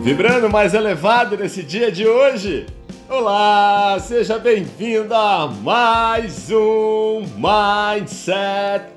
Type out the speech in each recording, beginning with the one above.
Vibrando mais elevado nesse dia de hoje. Olá, seja bem-vindo a mais um Mindset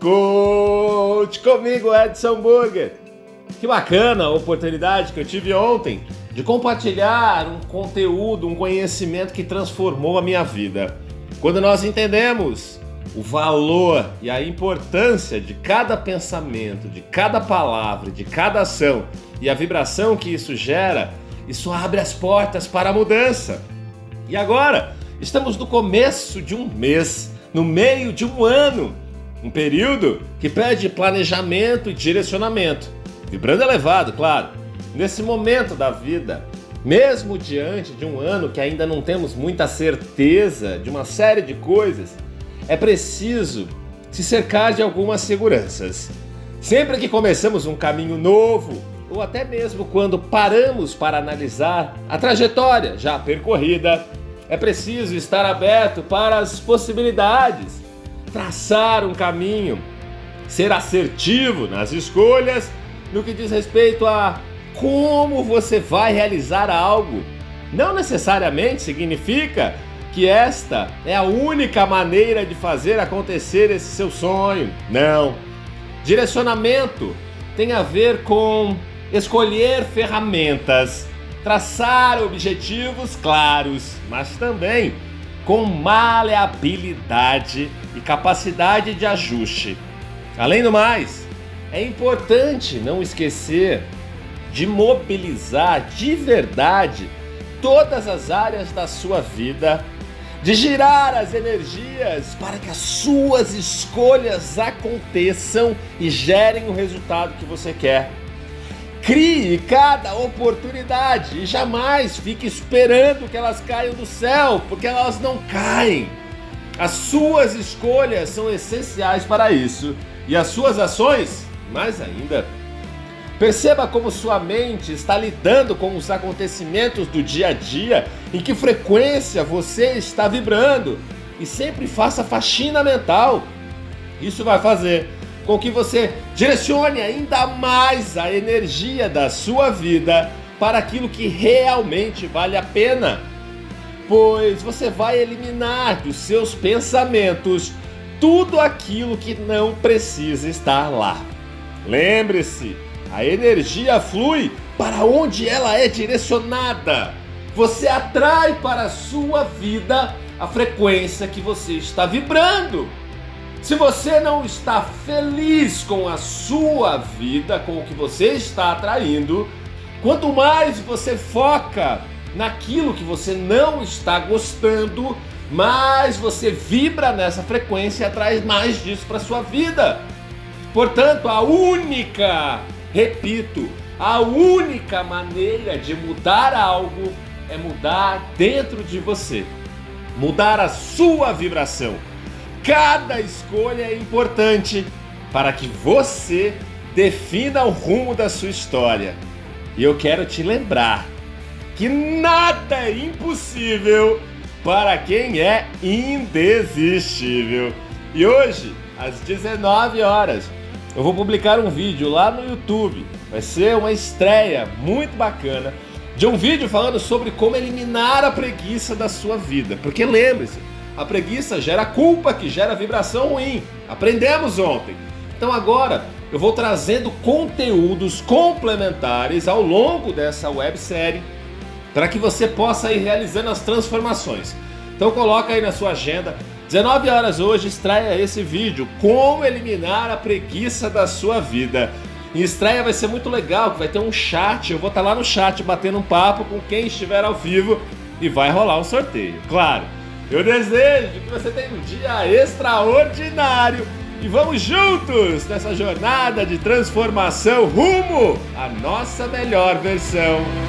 Coach comigo, Edson Burger. Que bacana a oportunidade que eu tive ontem de compartilhar um conteúdo, um conhecimento que transformou a minha vida. Quando nós entendemos o valor e a importância de cada pensamento, de cada palavra, de cada ação e a vibração que isso gera, isso abre as portas para a mudança. E agora, estamos no começo de um mês, no meio de um ano, um período que pede planejamento e direcionamento, vibrando elevado, claro. Nesse momento da vida, mesmo diante de um ano que ainda não temos muita certeza de uma série de coisas, é preciso se cercar de algumas seguranças. Sempre que começamos um caminho novo, ou até mesmo quando paramos para analisar a trajetória já percorrida, é preciso estar aberto para as possibilidades, traçar um caminho, ser assertivo nas escolhas no que diz respeito a como você vai realizar algo. Não necessariamente significa que esta é a única maneira de fazer acontecer esse seu sonho. Não. Direcionamento tem a ver com escolher ferramentas, traçar objetivos claros, mas também com maleabilidade e capacidade de ajuste. Além do mais, é importante não esquecer de mobilizar de verdade todas as áreas da sua vida, de girar as energias para que as suas escolhas aconteçam e gerem o resultado que você quer. Crie cada oportunidade e jamais fique esperando que elas caiam do céu, porque elas não caem. As suas escolhas são essenciais para isso e as suas ações, mais ainda. Perceba como sua mente está lidando com os acontecimentos do dia a dia, em que frequência você está vibrando, e sempre faça faxina mental. Isso vai fazer com que você direcione ainda mais a energia da sua vida para aquilo que realmente vale a pena, pois você vai eliminar dos seus pensamentos tudo aquilo que não precisa estar lá. Lembre-se, a energia flui para onde ela é direcionada. Você atrai para a sua vida a frequência que você está vibrando. Se você não está feliz com a sua vida, com o que você está atraindo, quanto mais você foca naquilo que você não está gostando, mais você vibra nessa frequência e atrai mais disso para a sua vida. Portanto, a única maneira de mudar algo é mudar dentro de você, mudar a sua vibração. Cada escolha é importante para que você defina o rumo da sua história. E eu quero te lembrar que nada é impossível para quem é indesistível. E hoje, às 19 horas, eu vou publicar um vídeo lá no YouTube. Vai ser uma estreia muito bacana de um vídeo falando sobre como eliminar a preguiça da sua vida. Porque lembre-se, a preguiça gera culpa, que gera vibração ruim. Aprendemos ontem. Então agora eu vou trazendo conteúdos complementares ao longo dessa websérie para que você possa ir realizando as transformações. Então coloca aí na sua agenda, 19 horas hoje, estreia esse vídeo, como eliminar a preguiça da sua vida. E estreia vai ser muito legal, que vai ter um chat, eu vou estar lá no chat batendo um papo com quem estiver ao vivo e vai rolar um sorteio. Claro, eu desejo que você tenha um dia extraordinário e vamos juntos nessa jornada de transformação rumo à nossa melhor versão.